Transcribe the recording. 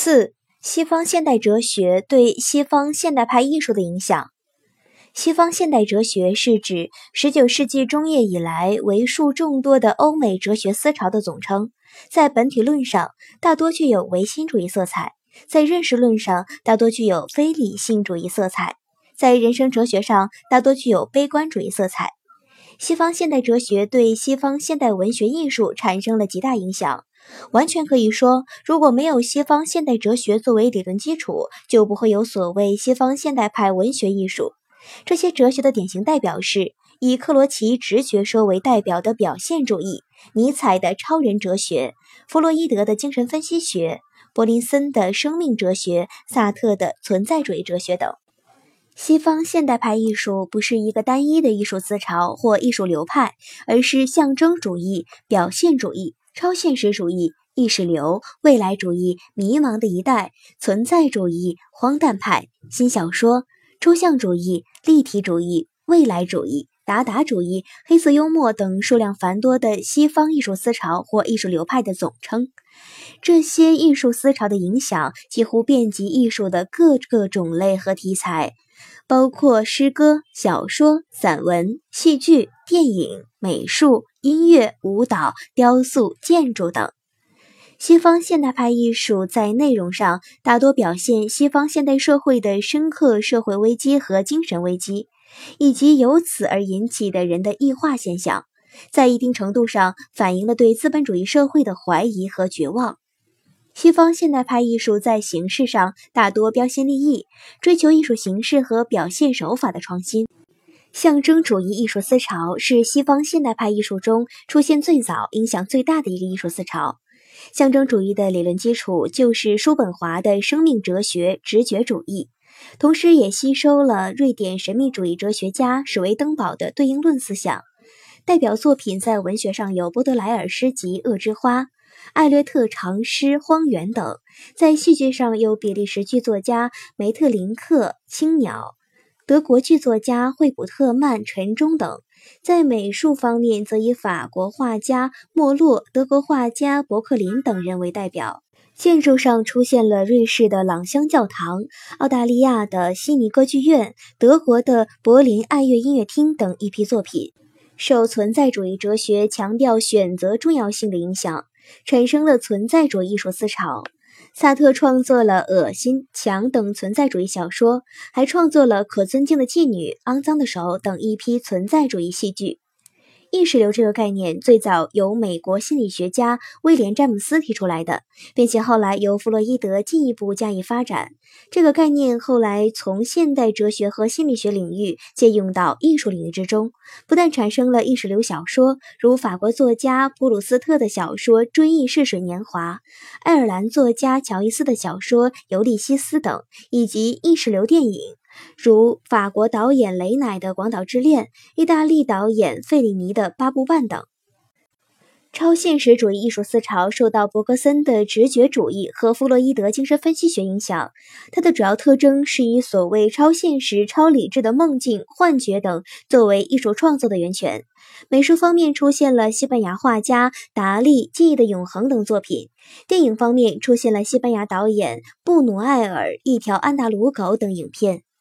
4. 西方现代哲学对西方现代派艺术的影响。西方现代哲学是指19世纪中叶以来为数众多的欧美哲学思潮的总称，在本体论上大多具有唯心主义色彩，在认识论上大多具有非理性主义色彩，在人生哲学上大多具有悲观主义色彩。西方现代哲学对西方现代文学艺术产生了极大影响，完全可以说，如果没有西方现代哲学作为理论基础，就不会有所谓西方现代派文学艺术。这些哲学的典型代表是以克罗齐直觉说为代表的表现主义、尼采的超人哲学、弗洛伊德的精神分析学、柏林森的生命哲学、萨特的存在主义哲学等。西方现代派艺术不是一个单一的艺术思潮或艺术流派，而是象征主义、表现主义、超现实主义、意识流、未来主义、迷茫的一代、存在主义、荒诞派、新小说、抽象主义、立体主义、未来主义、达达主义、黑色幽默等数量繁多的西方艺术思潮或艺术流派的总称。这些艺术思潮的影响几乎遍及艺术的各个种类和题材，包括诗歌、小说、散文、戏剧、电影、美术、音乐、舞蹈、雕塑、建筑等。西方现代派艺术在内容上大多表现西方现代社会的深刻社会危机和精神危机，以及由此而引起的人的异化现象，在一定程度上反映了对资本主义社会的怀疑和绝望。西方现代派艺术在形式上大多标新立异，追求艺术形式和表现手法的创新。象征主义艺术思潮是西方现代派艺术中出现最早、影响最大的一个艺术思潮。象征主义的理论基础就是叔本华的生命哲学直觉主义，同时也吸收了瑞典神秘主义哲学家史维登堡的对应论思想。代表作品在文学上有波德莱尔诗集《恶之花》、艾略特长诗《荒原》等，在戏剧上有比利时剧作家梅特林克《青鸟》、德国剧作家惠普特曼《晨钟》等，在美术方面则以法国画家莫洛、德国画家伯克林等人为代表。建筑上出现了瑞士的朗香教堂、澳大利亚的悉尼歌剧院、德国的柏林爱乐音乐厅等一批作品。受存在主义哲学强调选择重要性的影响，产生了存在主义艺术思潮。萨特创作了《恶心》《墙》等存在主义小说，还创作了《可尊敬的妓女》《肮脏的手》等一批存在主义戏剧。意识流这个概念最早由美国心理学家威廉·詹姆斯提出来的，并且后来由弗洛伊德进一步加以发展。这个概念后来从现代哲学和心理学领域借用到艺术领域之中，不但产生了意识流小说，如法国作家普鲁斯特的小说《追忆似水年华》，爱尔兰作家乔伊斯的小说《尤利西斯》等，以及意识流电影，如法国导演雷乃的《广岛之恋》，意大利导演费里尼的《八部半》等。超现实主义艺术思潮受到伯格森的直觉主义和弗洛伊德精神分析学影响，它的主要特征是以所谓超现实、超理智的梦境、幻觉等作为艺术创作的源泉。美术方面出现了西班牙画家达利《记忆的永恒》等作品，电影方面出现了西班牙导演布努埃尔《一条安达鲁狗》等影片。